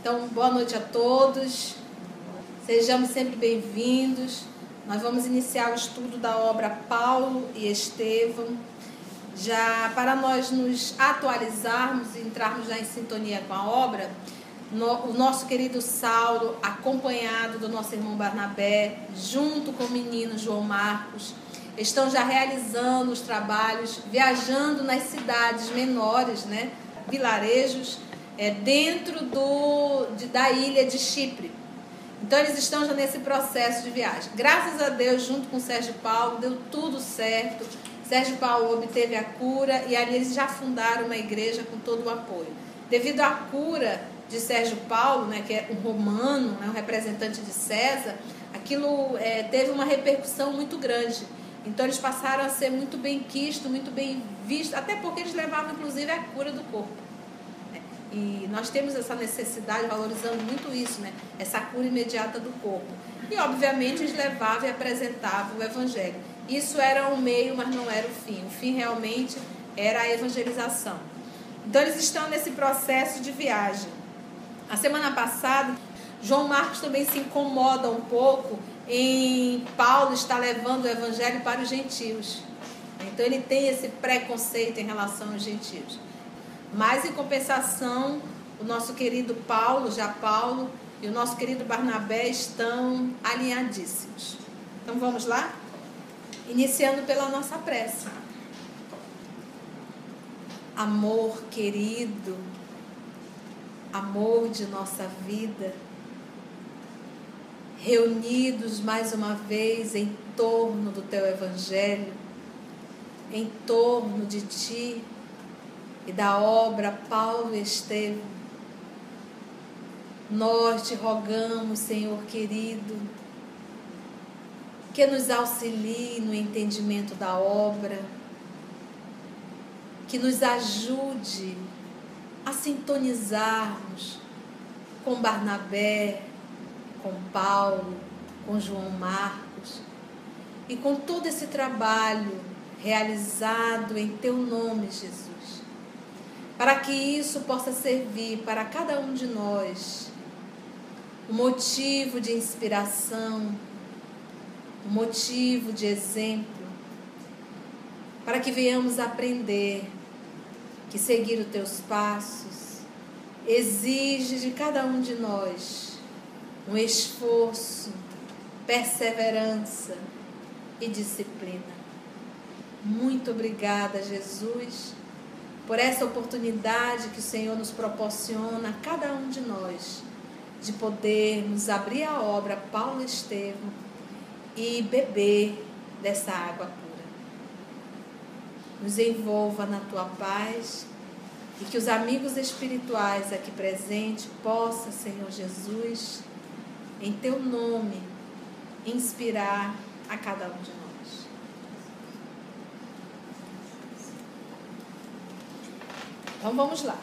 Então, boa noite a todos, sejamos sempre bem-vindos. Nós vamos iniciar o estudo da obra Paulo e Estevão. Já para nós nos atualizarmos e entrarmos já em sintonia com a obra, o nosso querido Saulo, acompanhado do nosso irmão Barnabé, junto com o menino João Marcos, estão já realizando os trabalhos, viajando nas cidades menores, né, vilarejos, dentro da ilha de Chipre. Então eles estão já nesse processo de viagem. Graças a Deus, junto com o Sérgio Paulo, deu tudo certo. Sérgio Paulo obteve a cura e ali eles já fundaram uma igreja com todo o apoio. Devido à cura de Sérgio Paulo, né, que é um romano, né, um representante de César, aquilo teve uma repercussão muito grande. Então eles passaram a ser muito bem quistos, muito bem vistos, até porque eles levavam inclusive a cura do corpo. E nós temos essa necessidade, valorizando muito isso, né? Essa cura imediata do corpo. E obviamente eles levavam e apresentavam o evangelho. Isso era um meio, mas não era o fim. O fim realmente era a evangelização. Então eles estão nesse processo de viagem. A semana passada, João Marcos também se incomoda um pouco em Paulo estar levando o evangelho para os gentios. Então ele tem esse preconceito em relação aos gentios. Mas em compensação, o nosso querido Paulo e o nosso querido Barnabé estão alinhadíssimos. Então vamos lá? Iniciando pela nossa prece. Amor querido, amor de nossa vida, reunidos mais uma vez em torno do teu evangelho, em torno de ti e da obra Paulo e Estevão, nós te rogamos, Senhor querido, que nos auxilie no entendimento da obra, que nos ajude a sintonizarmos com Barnabé, com Paulo, com João Marcos e com todo esse trabalho realizado em teu nome, Jesus. Para que isso possa servir para cada um de nós um motivo de inspiração, um motivo de exemplo, para que venhamos aprender que seguir os teus passos exige de cada um de nós um esforço, perseverança e disciplina. Muito obrigada, Jesus, por essa oportunidade que o Senhor nos proporciona a cada um de nós, de podermos abrir a obra Paulo e Estevão e beber dessa água pura. Nos envolva na tua paz e que os amigos espirituais aqui presentes possam, Senhor Jesus, em teu nome, inspirar a cada um de nós. Então vamos lá.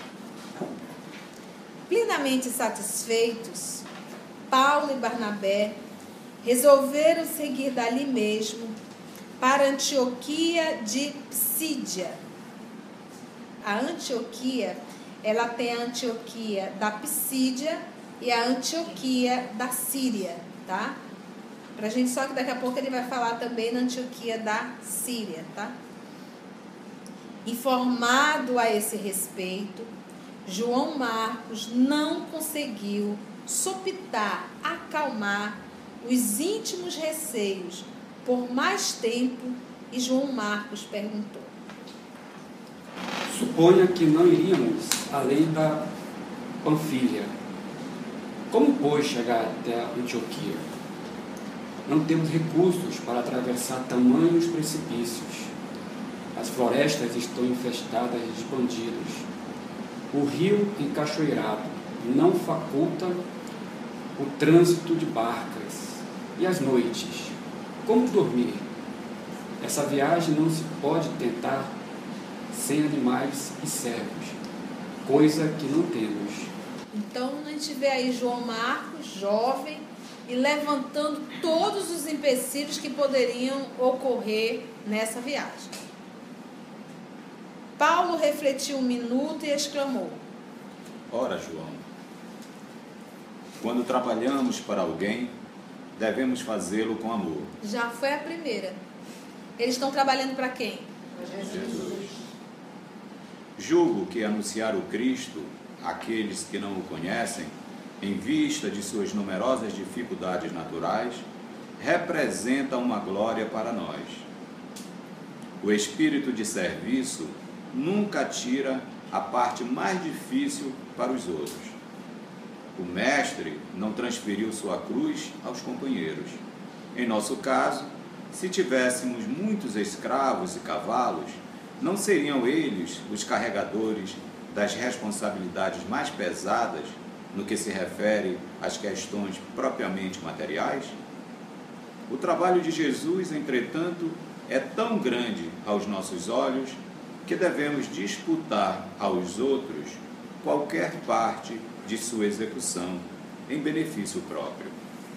Plenamente satisfeitos, Paulo e Barnabé resolveram seguir dali mesmo para Antioquia de Psídia. A Antioquia, ela tem a Antioquia da Psídia e a Antioquia da Síria, tá? Pra gente, só que daqui a pouco ele vai falar também na Antioquia da Síria, tá? Informado a esse respeito, João Marcos não conseguiu sopitar, acalmar os íntimos receios por mais tempo e João Marcos perguntou: Suponha que não iríamos além da Panfilha. Como, pois, chegar até Antioquia? Não temos recursos para atravessar tamanhos precipícios. As florestas estão infestadas de bandidos. O rio encachoeirado não faculta o trânsito de barcas. E as noites? Como dormir? Essa viagem não se pode tentar sem animais e servos, coisa que não temos. Então a gente vê aí João Marcos, jovem, e levantando todos os empecilhos que poderiam ocorrer nessa viagem. Paulo refletiu um minuto e exclamou: Ora, João, Quando trabalhamos para alguém, devemos fazê-lo com amor. Já foi a primeira. Eles estão trabalhando para quem? Jesus. Julgo que anunciar o Cristo àqueles que não o conhecem, em vista de suas numerosas dificuldades naturais, representa uma glória para nós. O espírito de serviço nunca tira a parte mais difícil para os outros. O mestre não transferiu sua cruz aos companheiros. Em nosso caso, se tivéssemos muitos escravos e cavalos, não seriam eles os carregadores das responsabilidades mais pesadas no que se refere às questões propriamente materiais? O trabalho de Jesus, entretanto, é tão grande aos nossos olhos que devemos disputar aos outros qualquer parte de sua execução em benefício próprio.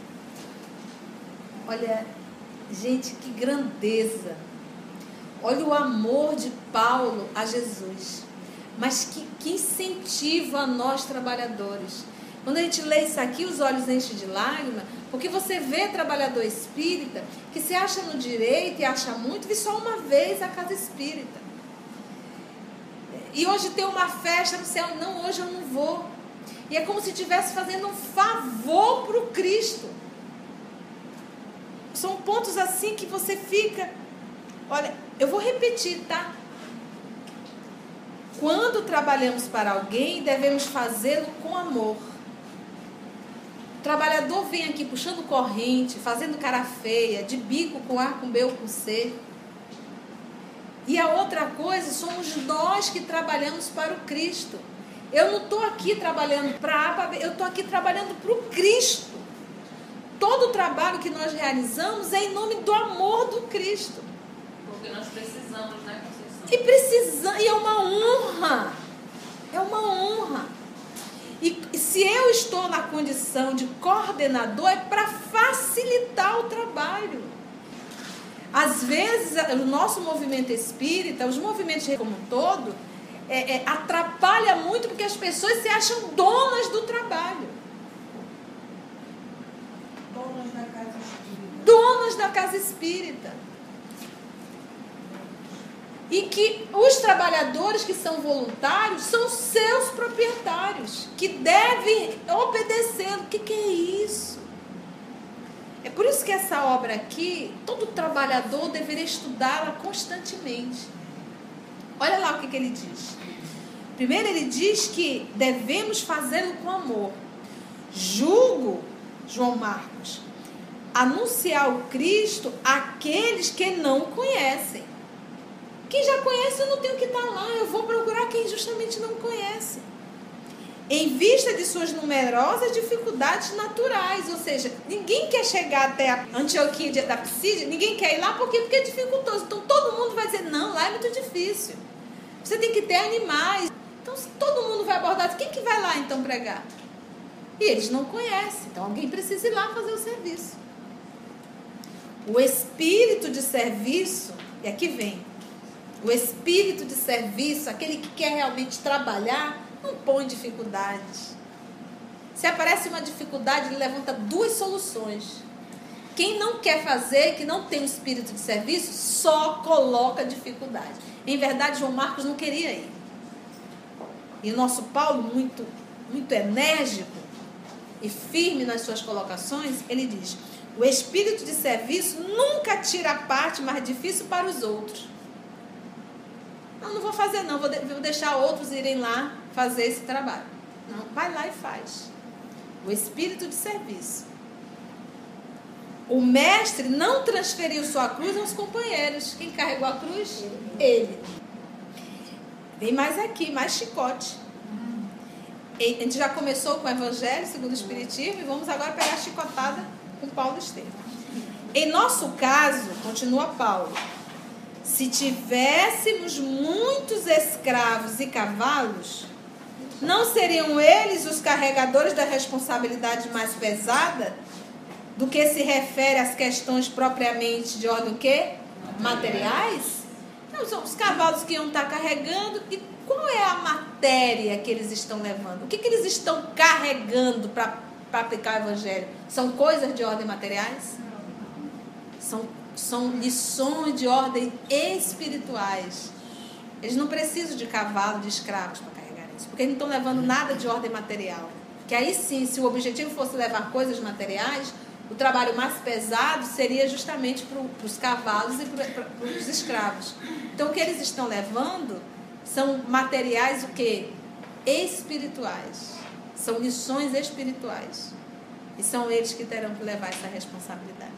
Olha, gente, que grandeza! Olha o amor de Paulo a Jesus. Mas que incentivo a nós trabalhadores. Quando a gente lê isso aqui, os olhos enchem de lágrima, porque você vê trabalhador espírita que se acha no direito e acha muito, vi só uma vez a casa espírita. E hoje tem uma festa no céu, não, hoje eu não vou. E é como se estivesse fazendo um favor para o Cristo. São pontos assim que você fica... Olha, eu vou repetir, tá? Quando trabalhamos para alguém, devemos fazê-lo com amor. O trabalhador vem aqui puxando corrente, fazendo cara feia, de bico com A, com B ou com C. E a outra coisa, somos nós que trabalhamos para o Cristo. Eu não estou aqui trabalhando para A, para B, eu estou aqui trabalhando para o Cristo. Todo o trabalho que nós realizamos é em nome do amor do Cristo. Porque nós precisamos, né, Conceição? E é uma honra. É uma honra. E se eu estou na condição de coordenador, é para facilitar o trabalho. Às vezes, o nosso movimento espírita, os movimentos como um todo, atrapalha muito porque as pessoas se acham donas do trabalho. Donas da casa espírita. Donas da casa espírita. E que os trabalhadores que são voluntários são seus proprietários, que devem obedecer. O que é isso? É por isso que essa obra aqui, todo trabalhador deveria estudá-la constantemente. Olha lá o que ele diz. Primeiro ele diz que devemos fazê-lo com amor. Julgo, João Marcos, anunciar o Cristo àqueles que não conhecem. Quem já conhece, eu não tenho que estar lá. Eu vou procurar quem justamente não conhece. Em vista de suas numerosas dificuldades naturais. Ou seja, ninguém quer chegar até a Antioquia da Psídia, ninguém quer ir lá porque é dificultoso. Então todo mundo vai dizer, não, lá é muito difícil. Você tem que ter animais. Então se todo mundo vai abordar, quem que vai lá então pregar? E eles não conhecem. Então alguém precisa ir lá fazer o serviço. O espírito de serviço, e aqui vem, o espírito de serviço, aquele que quer realmente trabalhar, não põe dificuldades. Se aparece uma dificuldade, ele levanta duas soluções. Quem não quer fazer, que não tem um espírito de serviço, só coloca dificuldade. Em verdade, João Marcos não queria ir. E o nosso Paulo, muito, muito enérgico e firme nas suas colocações, ele diz, o espírito de serviço nunca tira a parte mais difícil para os outros. Não vou fazer não, vou deixar outros irem lá fazer esse trabalho. Não, vai lá e faz. O espírito de serviço. O mestre não transferiu sua cruz aos companheiros. Quem carregou a cruz? Ele. Vem mais aqui, mais chicote. A gente já começou com o Evangelho segundo o Espiritismo e vamos agora pegar a chicotada com Paulo Estevam. Em nosso caso, continua Paulo, se tivéssemos muitos escravos e cavalos, não seriam eles os carregadores da responsabilidade mais pesada do que se refere às questões propriamente de ordem o quê? Materiais? Não, são os cavalos que iam estar carregando. E qual é a matéria que eles estão levando? O que eles estão carregando para para aplicar o evangelho, são coisas de ordem materiais? São lições de ordem espirituais. Eles não precisam de cavalo, de escravos para carregar isso, porque eles não estão levando nada de ordem material. Que aí sim, se o objetivo fosse levar coisas materiais, o trabalho mais pesado seria justamente para os cavalos e para os escravos. Então o que eles estão levando são materiais o quê? Espirituais. São lições espirituais. E são eles que terão que levar essa responsabilidade.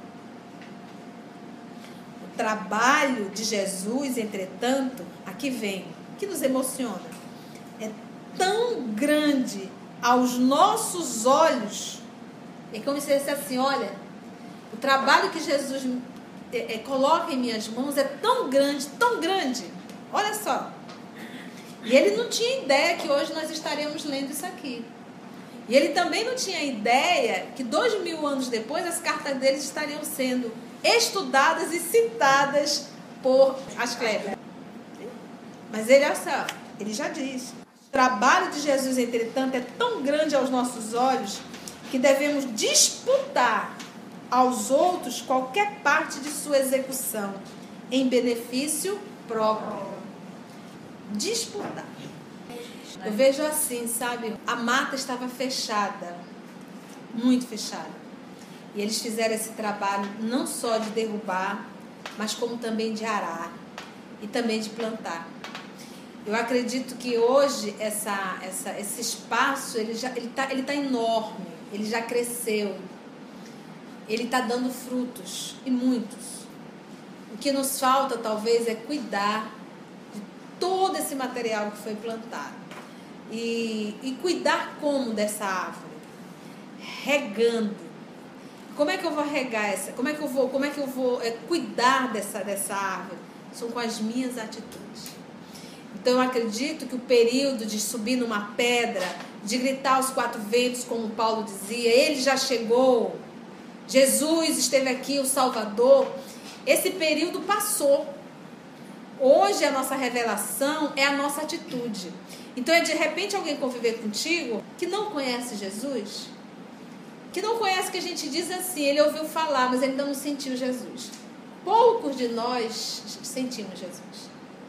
O trabalho de Jesus, entretanto, aqui vem, que nos emociona, é tão grande aos nossos olhos. É como se dissesse assim, olha, o trabalho que Jesus coloca em minhas mãos é tão grande, olha só. E ele não tinha ideia que hoje nós estaremos lendo isso aqui. E ele também não tinha ideia que 2000 anos depois as cartas deles estariam sendo estudadas e citadas por Asclepio. Mas ele, olha só, ele já diz, o trabalho de Jesus, entretanto, é tão grande aos nossos olhos que devemos disputar aos outros qualquer parte de sua execução em benefício próprio. Disputar. Eu vejo assim, sabe? A mata estava fechada, muito fechada. E eles fizeram esse trabalho não só de derrubar, mas como também de arar e também de plantar. Eu acredito que hoje esse espaço ele tá enorme, ele já cresceu, ele está dando frutos, e muitos. O que nos falta talvez é cuidar de todo esse material que foi plantado. E cuidar como dessa árvore? Regando. Como é que eu vou regar essa? Como é que eu vou cuidar dessa árvore? São com as minhas atitudes. Então eu acredito que o período de subir numa pedra, de gritar aos quatro ventos, como Paulo dizia, ele já chegou, Jesus esteve aqui, o Salvador, esse período passou. Hoje a nossa revelação é a nossa atitude. Então é de repente alguém conviver contigo que não conhece Jesus, que não conhece, que a gente diz assim, ele ouviu falar, mas ainda não sentiu Jesus. Poucos de nós sentimos Jesus.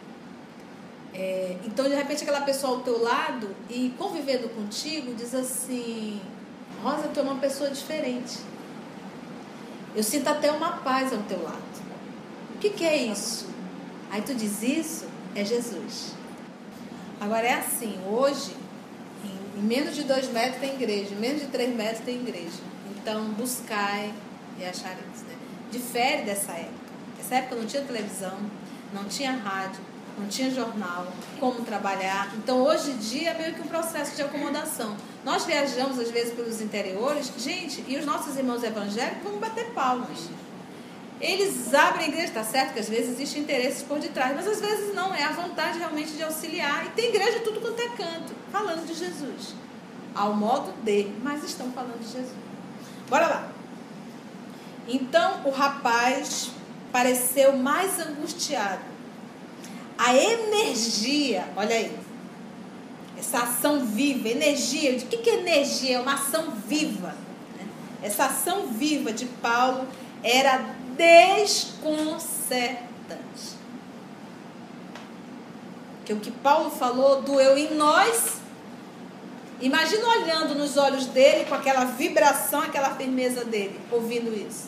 Então de repente aquela pessoa ao teu lado e convivendo contigo diz assim, Rosa, tu é uma pessoa diferente. Eu sinto até uma paz ao teu lado. O que é isso? Aí tu diz, isso é Jesus. Agora é assim, hoje, em menos de 2 metros tem igreja, em menos de 3 metros tem igreja. Então, buscai e achareis, né? Difere dessa época. Nessa época não tinha televisão, não tinha rádio, não tinha jornal, como trabalhar. Então, hoje em dia é meio que um processo de acomodação. Nós viajamos, às vezes, pelos interiores, gente, e os nossos irmãos evangélicos vão bater palmas. Eles abrem a igreja, está certo que às vezes existem interesses por detrás, mas às vezes não, é a vontade realmente de auxiliar. E tem igreja tudo quanto é canto, falando de Jesus. Ao modo de, mas estão falando de Jesus. Bora lá. Então o rapaz pareceu mais angustiado. A energia, olha aí, essa ação viva, energia, de que é energia? É uma ação viva. Né? Essa ação viva de Paulo era desconcertante. Que o que Paulo falou doeu em nós. Imagina olhando nos olhos dele com aquela vibração, aquela firmeza dele, ouvindo isso.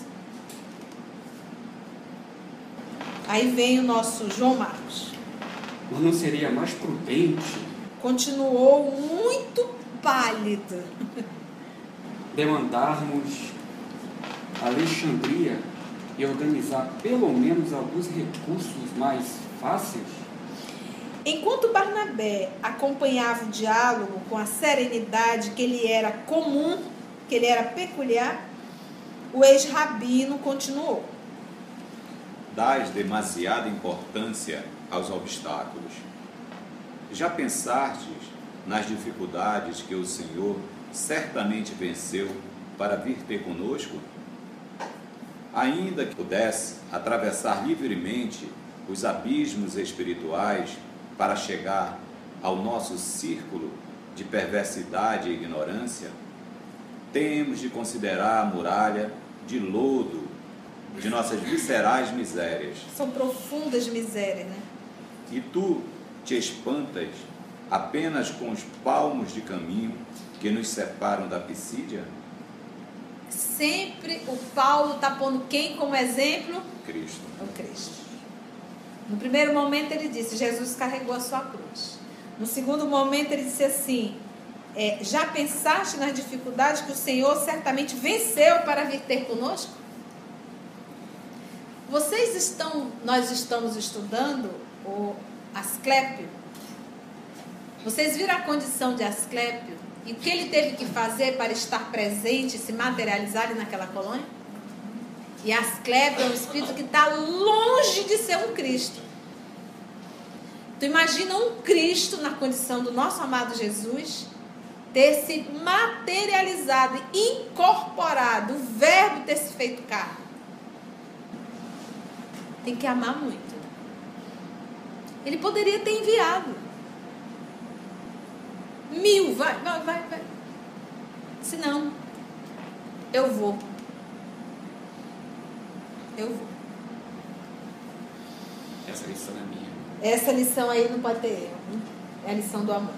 Aí vem o nosso João Marcos. Mas não seria mais prudente? Continuou muito pálido. Demandarmos Alexandria e organizar pelo menos alguns recursos mais fáceis? Enquanto Barnabé acompanhava o diálogo com a serenidade que lhe era comum, que lhe era peculiar, o ex-rabino continuou. Dás demasiada importância aos obstáculos. Já pensastes nas dificuldades que o Senhor certamente venceu para vir ter conosco? Ainda que pudesse atravessar livremente os abismos espirituais para chegar ao nosso círculo de perversidade e ignorância, temos de considerar a muralha de lodo de nossas viscerais misérias. São profundas misérias, né? E tu te espantas apenas com os palmos de caminho que nos separam da Pisídia? Sempre o Paulo está pondo quem como exemplo? Cristo. O Cristo. No primeiro momento ele disse, Jesus carregou a sua cruz. No segundo momento ele disse assim, já pensaste nas dificuldades que o Senhor certamente venceu para vir ter conosco? Nós estamos estudando o Asclépio. Vocês viram a condição de Asclépio? E o que ele teve que fazer para estar presente e se materializar ali naquela colônia? E Asclépio é um espírito que está longe de ser um Cristo. Tu imagina um Cristo na condição do nosso amado Jesus ter se materializado, incorporado, o verbo ter se feito carne. Tem que amar muito. Ele poderia ter enviado 1000, vai. Se não, eu vou. Essa lição é minha. Essa lição aí não pode ter erro. É a lição do amor.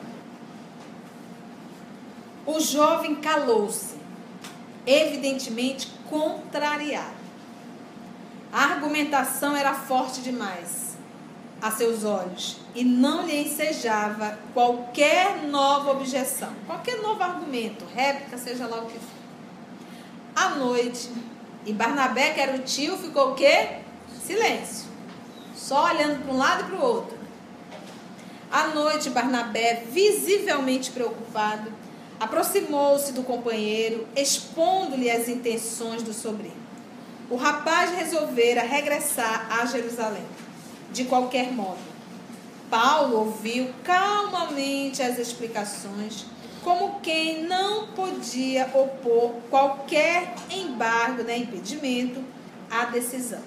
O jovem calou-se, evidentemente contrariado. A argumentação era forte demais a seus olhos e não lhe ensejava qualquer nova objeção, qualquer novo argumento, réplica, seja lá o que for. À noite, e Barnabé, que era o tio, ficou o quê? Silêncio. Só olhando para um lado e para o outro. À noite, Barnabé, visivelmente preocupado, aproximou-se do companheiro, expondo-lhe as intenções do sobrinho. O rapaz resolvera regressar a Jerusalém, de qualquer modo. Paulo ouviu calmamente as explicações, como quem não podia opor qualquer embargo, impedimento à decisão.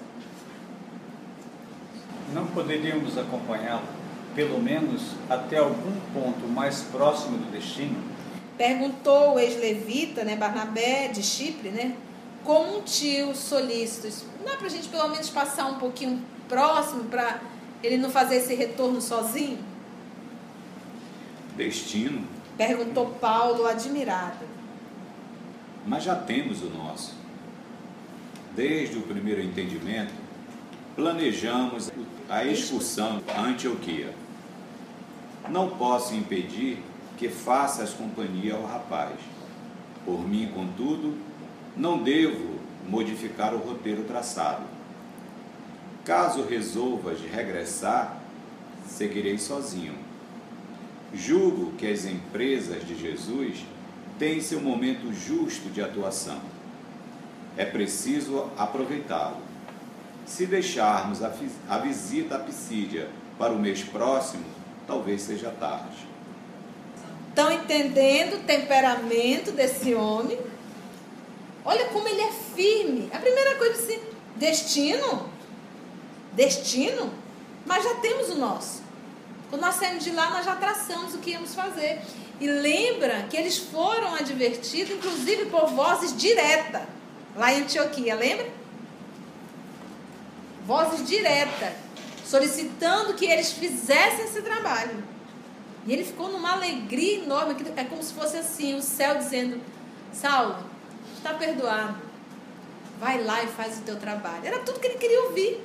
Não poderíamos acompanhá-lo, pelo menos até algum ponto mais próximo do destino? Perguntou o ex-levita, Barnabé, de Chipre, como um tio solícito. Não dá para a gente pelo menos passar um pouquinho próximo para ele não fazer esse retorno sozinho? Destino? Perguntou Paulo, admirado. Mas já temos o nosso. Desde o primeiro entendimento, planejamos a excursão a Antioquia. Não posso impedir que faças companhia ao rapaz. Por mim, contudo, não devo modificar o roteiro traçado. Caso resolvas regressar, seguirei sozinho. Julgo que as empresas de Jesus têm seu momento justo de atuação. É preciso aproveitá-lo. Se deixarmos a visita à Pisídia para o mês próximo, talvez seja tarde. Estão entendendo o temperamento desse homem? Olha como ele é firme. A primeira coisa é assim, destino, mas já temos o nosso. Quando nós saímos de lá, nós já traçamos o que íamos fazer. E lembra que eles foram advertidos, inclusive por vozes diretas, lá em Antioquia, lembra? Vozes diretas, solicitando que eles fizessem esse trabalho. E ele ficou numa alegria enorme, que é como se fosse assim, o céu dizendo, Saulo, está perdoado, vai lá e faz o teu trabalho. Era tudo que ele queria ouvir.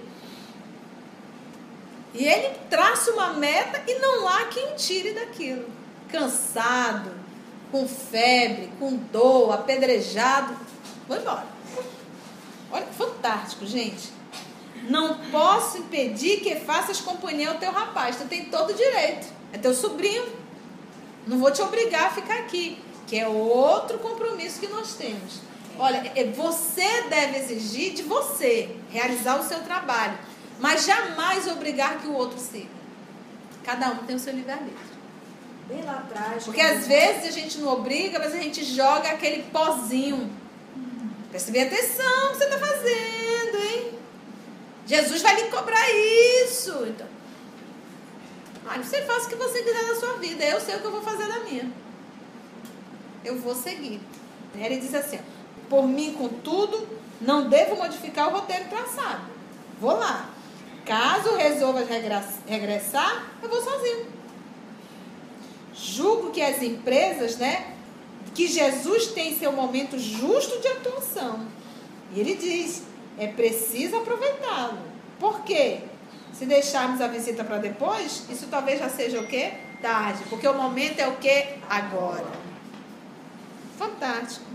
E ele traça uma meta e não há quem o tire daquilo. Cansado, com febre, com dor, apedrejado, vou embora. Olha que fantástico, gente. Não posso impedir que faças companhia ao teu rapaz. Tu tem todo o direito. É teu sobrinho. Não vou te obrigar a ficar aqui. Que é outro compromisso que nós temos. Olha, você deve exigir de você realizar o seu trabalho. Mas jamais obrigar que o outro siga. Cada um tem o seu livre-arbítrio. Bem lá atrás. Porque às vezes a gente não obriga, mas a gente joga aquele pozinho. Preste atenção no que você está fazendo, hein? Jesus vai lhe cobrar isso. Então, você faz o que você quiser na sua vida. Eu sei o que eu vou fazer na minha. Eu vou seguir. Ele diz assim, por mim, contudo, não devo modificar o roteiro traçado. Vou lá. Caso resolva regressar, eu vou sozinho. Julgo que as empresas, que Jesus tem seu momento justo de atuação. E ele diz, é preciso aproveitá-lo. Por quê? Se deixarmos a visita para depois, isso talvez já seja o quê? Tarde. Porque o momento é o quê? Agora. Fantástico.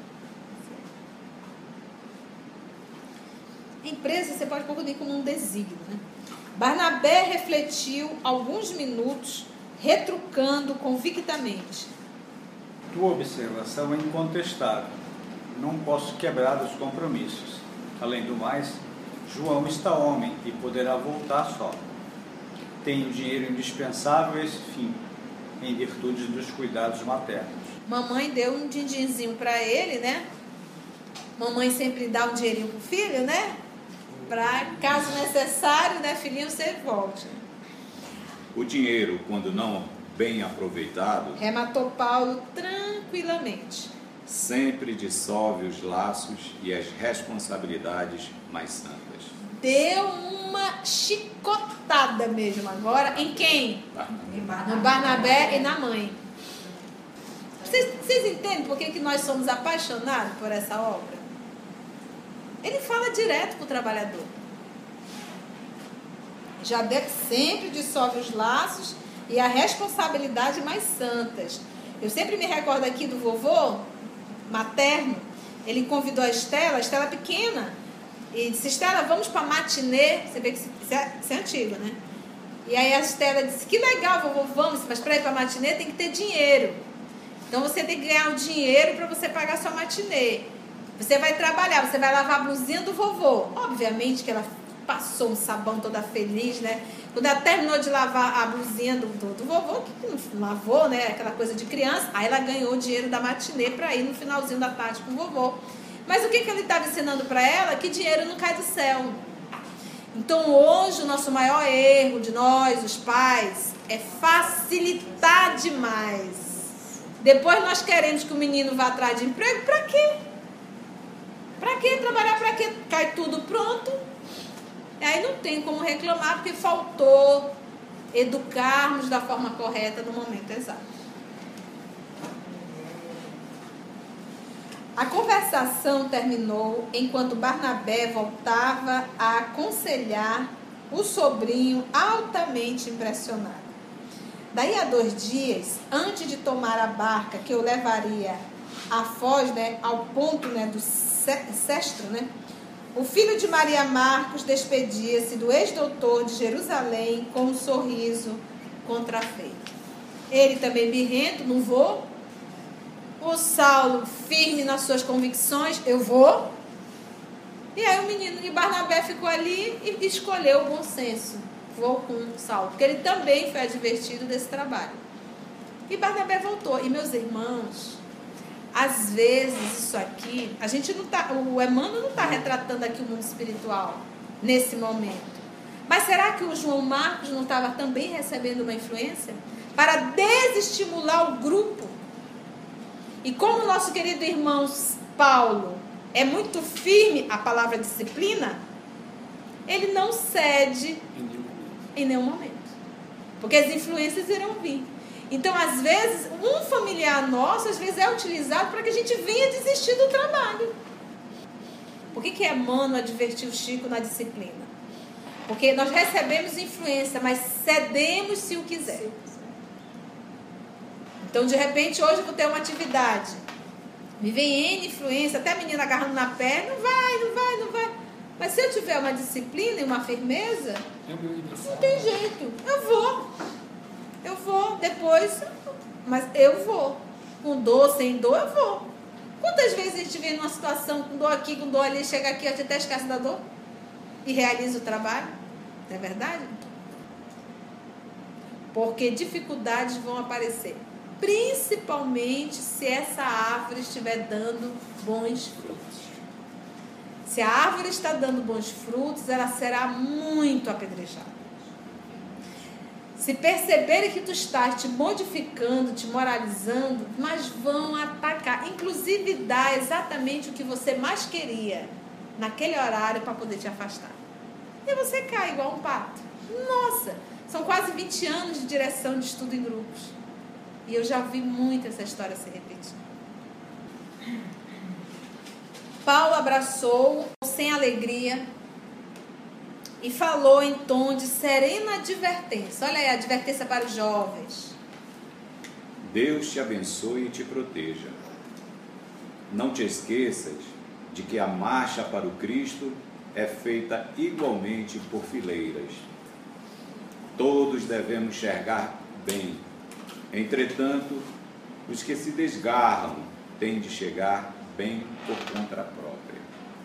Empresa você pode confundir como um desígnio, Barnabé refletiu alguns minutos, retrucando convictamente. Tua observação é incontestável. Não posso quebrar os compromissos. Além do mais, João está homem e poderá voltar só. Tem o dinheiro indispensável a esse fim, em virtude dos cuidados maternos. Mamãe deu um din-dinzinho para ele, Mamãe sempre dá um dinheirinho pro filho, Para, caso necessário, filhinho, você volte. O dinheiro, quando não bem aproveitado, rematou Paulo tranquilamente, sempre dissolve os laços e as responsabilidades mais santas. Deu uma chicotada mesmo agora em quem? No Barnabé e na mãe. Vocês entendem por que nós somos apaixonados por essa obra? Ele fala direto para o trabalhador. Jabé sempre dissolve os laços e a responsabilidade mais santas. Eu sempre me recordo aqui do vovô materno. Ele convidou a Estela pequena, e disse, Estela, vamos para matinê. Você vê que isso é antigo, E aí a Estela disse, que legal, vovô, vamos, mas para ir para matinê tem que ter dinheiro. Então você tem que ganhar o dinheiro para você pagar sua matinê. Você vai trabalhar, você vai lavar a blusinha do vovô. Obviamente que ela passou um sabão toda feliz, Quando ela terminou de lavar a blusinha do vovô, que não lavou, Aquela coisa de criança, aí ela ganhou o dinheiro da matinê para ir no finalzinho da tarde com o vovô. Mas o que ele estava ensinando para ela? Que dinheiro não cai do céu. Então hoje o nosso maior erro de nós, os pais, é facilitar demais. Depois nós queremos que o menino vá atrás de emprego, para quê? Para que trabalhar? Para que cai tudo pronto? E aí não tem como reclamar, porque faltou educarmos da forma correta no momento exato. A conversação terminou enquanto Barnabé voltava a aconselhar o sobrinho altamente impressionado. Daí a 2 dias, antes de tomar a barca que o levaria a Foz, ao ponto do Cestro, o filho de Maria Marcos despedia-se do ex-doutor de Jerusalém com um sorriso contrafeito. Ele também birrento, não vou. O Saulo firme nas suas convicções, eu vou. E aí o menino de Barnabé ficou ali e escolheu o bom senso. Vou com o Saulo, porque ele também foi advertido desse trabalho. E Barnabé voltou. E meus irmãos, às vezes isso aqui, a gente não tá, o Emmanuel não está retratando aqui o mundo espiritual nesse momento. Mas será que o João Marcos não estava também recebendo uma influência para desestimular o grupo? E como o nosso querido irmão Paulo é muito firme a palavra disciplina, ele não cede em nenhum momento. Porque as influências irão vir. Então, às vezes, um familiar nosso, às vezes, é utilizado para que a gente venha desistir do trabalho. Por que Emmanuel advertiu o Chico na disciplina? Porque nós recebemos influência, mas cedemos se o quiser. Então, de repente, hoje eu vou ter uma atividade. Me vem N influência, até a menina agarrando na perna, não vai. Mas se eu tiver uma disciplina e uma firmeza, não tem jeito. Eu vou, depois, mas eu vou. Com dor, sem dor, eu vou. Quantas vezes a gente vem numa situação com dor aqui, com dor ali, chega aqui, a gente até esquece da dor e realiza o trabalho? Não é verdade? Porque dificuldades vão aparecer. Principalmente se essa árvore estiver dando bons frutos. Se a árvore está dando bons frutos, ela será muito apedrejada. Se perceberem que tu estás te modificando, te moralizando, mas vão atacar. Inclusive inclusive dar exatamente o que você mais queria naquele horário para poder te afastar. E você cai igual um pato. Nossa, são quase 20 anos de direção de estudo em grupos. E eu já vi muito essa história se repetir. Paulo abraçou sem alegria e falou em tom de serena advertência. Olha aí, a advertência para os jovens. Deus te abençoe e te proteja. Não te esqueças de que a marcha para o Cristo é feita igualmente por fileiras. Todos devemos enxergar bem. Entretanto, os que se desgarram têm de chegar bem por conta própria.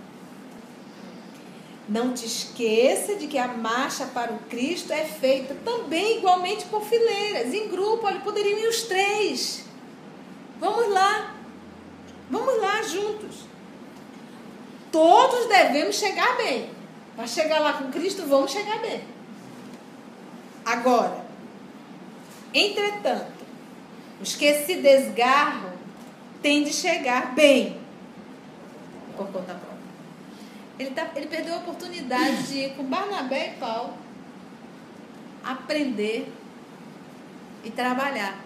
Não te esqueça de que a marcha para o Cristo é feita também igualmente por fileiras, em grupo. Olha, poderiam ir os 3. Vamos lá juntos. Todos devemos chegar bem. Para chegar lá com Cristo, vamos chegar bem. Agora, entretanto, os que se desgarram têm de chegar bem por conta própria. Ele perdeu a oportunidade de ir com Barnabé e Paulo aprender e trabalhar.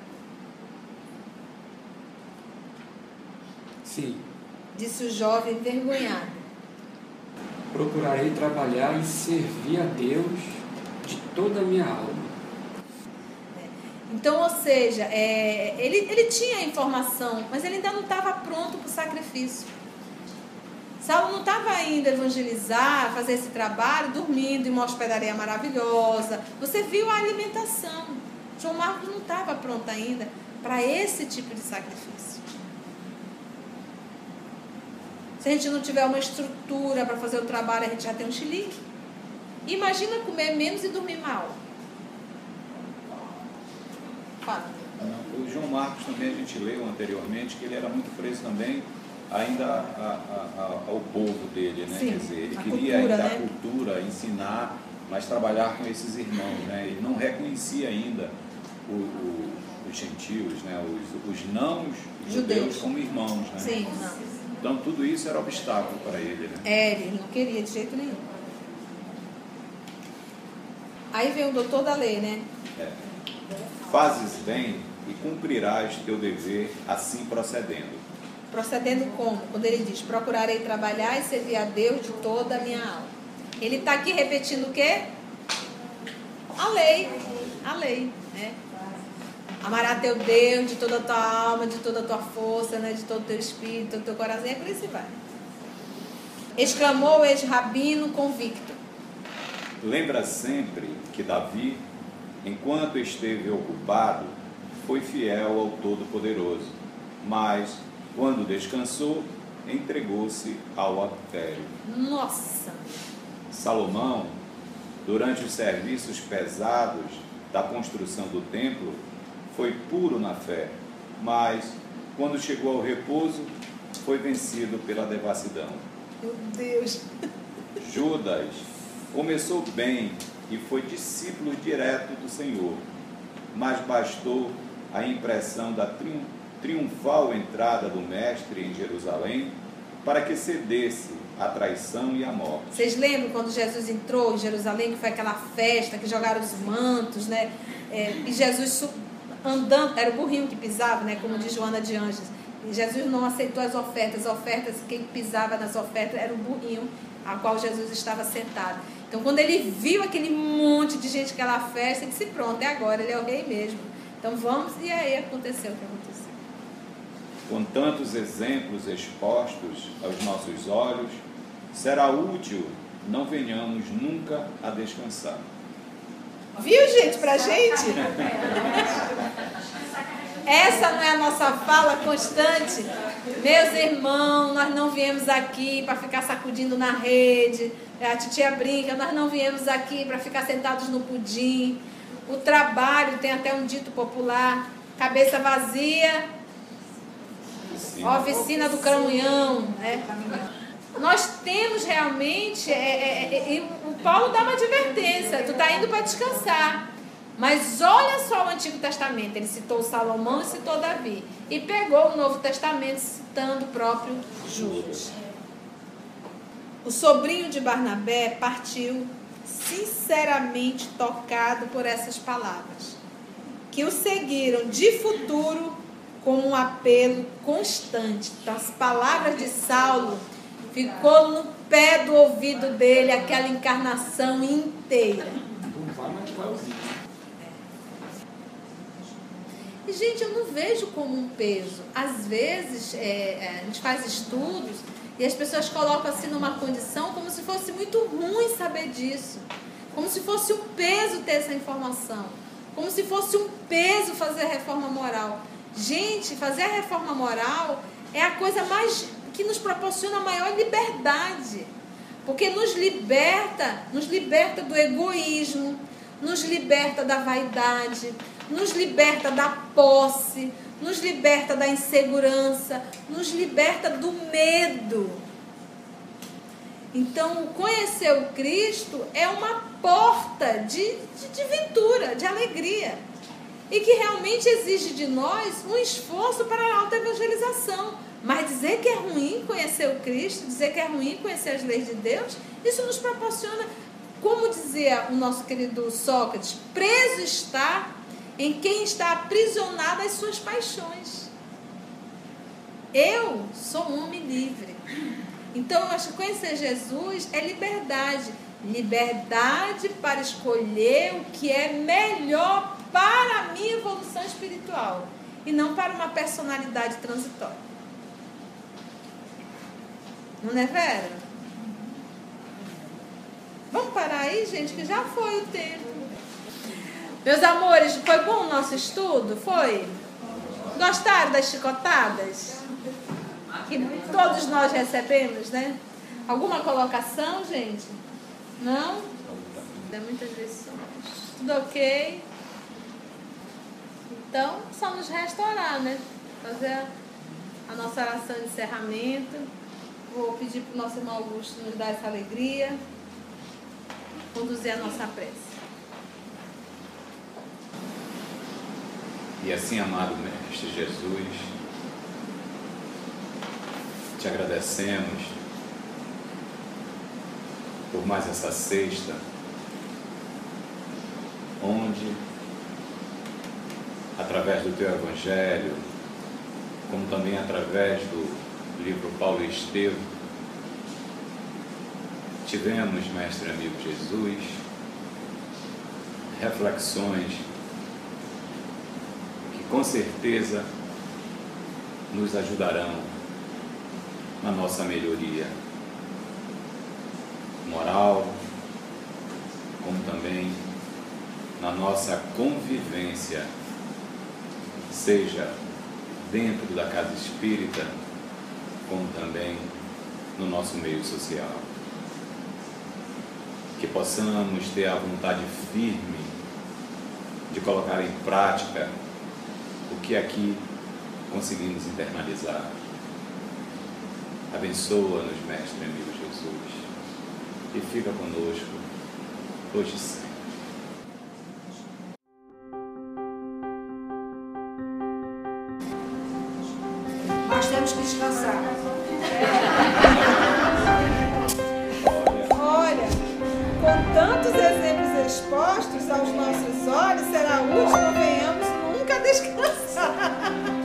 Sim. Disse o jovem envergonhado. Procurarei trabalhar e servir a Deus de toda a minha alma. Então, ou seja, ele tinha a informação, mas ele ainda não estava pronto para o sacrifício. Saulo não estava indo evangelizar, fazer esse trabalho, dormindo em uma hospedaria maravilhosa. Você viu a alimentação. João Marcos não estava pronto ainda para esse tipo de sacrifício. Se a gente não tiver uma estrutura para fazer o trabalho, a gente já tem um chilique. Imagina comer menos e dormir mal. Fala. O João Marcos também a gente leu anteriormente que ele era muito preso também ainda ao povo dele, né? Sim, quer dizer, ele queria cultura, ainda né? a cultura, ensinar, mas trabalhar com esses irmãos, né? Ele não reconhecia ainda os gentios, né? Os não judeus como irmãos, né? Sim, não. Então tudo isso era obstáculo para ele, né? Ele não queria de jeito nenhum. Aí vem o doutor da lei, né? Fazes bem e cumprirás teu dever assim procedendo. Procedendo como? Quando ele diz, procurarei trabalhar e servir a Deus de toda a minha alma. Ele está aqui repetindo o quê? A lei, né? Amará teu Deus de toda a tua alma, de toda a tua força, né? De todo o teu espírito, de todo o teu coração, e por isso vai. Exclamou o ex-rabino convicto. Lembra sempre que Davi, enquanto esteve ocupado, foi fiel ao Todo-Poderoso, mas, quando descansou, entregou-se ao adultério. Nossa! Salomão, durante os serviços pesados da construção do templo, foi puro na fé, mas, quando chegou ao repouso, foi vencido pela devassidão. Meu Deus! Judas começou bem e foi discípulo direto do Senhor, mas bastou a impressão da triunfal entrada do Mestre em Jerusalém para que cedesse à traição e à morte. Vocês lembram quando Jesus entrou em Jerusalém, que foi aquela festa, que jogaram os mantos, né? E Jesus andando, era o burrinho que pisava, né? Como diz Joana de Anjos. E Jesus não aceitou as ofertas, quem pisava nas ofertas era o burrinho, a qual Jesus estava sentado. Então, quando ele viu aquele monte de gente, aquela festa, ele disse, pronto, é agora, ele é o rei mesmo. Então vamos, e aí aconteceu o que aconteceu. Com tantos exemplos expostos aos nossos olhos, será útil não venhamos nunca a descansar. Viu, gente, pra gente? Essa não é a nossa fala constante? Meus irmãos, nós não viemos aqui para ficar sacudindo na rede. A titia brinca, nós não viemos aqui para ficar sentados no pudim. O trabalho, tem até um dito popular, cabeça vazia, oficina do caminhão, né? Nós temos realmente, o Paulo dá uma advertência, tu está indo para descansar, Mas olha só o Antigo Testamento. Ele citou Salomão e citou Davi. E pegou o Novo Testamento citando o próprio Judas. O sobrinho de Barnabé partiu sinceramente tocado por essas palavras, que o seguiram de futuro com um apelo constante. Então, as palavras de Saulo ficou no pé do ouvido dele, aquela encarnação inteira. Não vai, mas vai ouvir. E, gente, eu não vejo como um peso. Às vezes, a gente faz estudos e as pessoas colocam assim numa condição como se fosse muito ruim saber disso. Como se fosse um peso ter essa informação. Como se fosse um peso fazer a reforma moral. Gente, fazer a reforma moral é a coisa mais que nos proporciona a maior liberdade. Porque nos liberta do egoísmo, nos liberta da vaidade, nos liberta da posse, nos liberta da insegurança, nos liberta do medo. Então, conhecer o Cristo é uma porta de ventura, de alegria. E que realmente exige de nós um esforço para a autoevangelização. Mas dizer que é ruim conhecer o Cristo, dizer que é ruim conhecer as leis de Deus, isso nos proporciona, como dizia o nosso querido Sócrates, preso está em quem está aprisionado às suas paixões. Eu sou um homem livre. Então, eu acho que conhecer Jesus é liberdade. Liberdade para escolher o que é melhor para a minha evolução espiritual. E não para uma personalidade transitória. Não é, Vera? Vamos parar aí, gente, que já foi o tempo. Meus amores, foi bom o nosso estudo? Foi? Gostaram das chicotadas? Que todos nós recebemos, né? Alguma colocação, gente? Não? Muitas vezes tudo ok? Então, só nos resta orar, né? Fazer a nossa oração de encerramento. Vou pedir para o nosso irmão Augusto nos dar essa alegria, conduzir a nossa prece. E assim, amado Mestre Jesus, te agradecemos por mais essa sexta, onde, através do teu Evangelho, como também através do livro Paulo e Estevão, tivemos, Mestre amigo Jesus, reflexões que com certeza nos ajudarão na nossa melhoria moral, como também na nossa convivência, seja dentro da casa espírita, como também no nosso meio social. Que possamos ter a vontade firme de colocar em prática o que aqui conseguimos internalizar. Abençoa-nos, Mestre amigo Jesus, e fica conosco hoje e sempre. Nós temos que descansar. Olha, com tantos exemplos expostos aos nossos olhos, será útil que não venhamos nunca descansar.